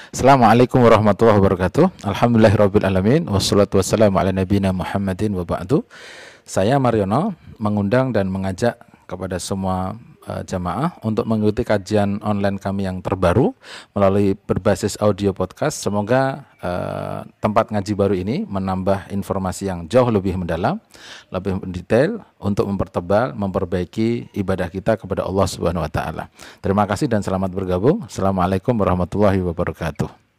Assalamualaikum warahmatullahi wabarakatuh. Alhamdulillahirabbil alamin wassalatu wassalamu ala nabiyina Muhammadin wa ba'du. Saya Mariono mengundang dan mengajak kepada semua jamaah untuk mengikuti kajian online kami yang terbaru melalui berbasis audio podcast. Semoga tempat ngaji baru ini menambah informasi yang jauh lebih mendalam, lebih detail untuk mempertebal, memperbaiki ibadah kita kepada Allah Subhanahu wa taala. Terima kasih dan selamat bergabung. Assalamualaikum warahmatullahi wabarakatuh.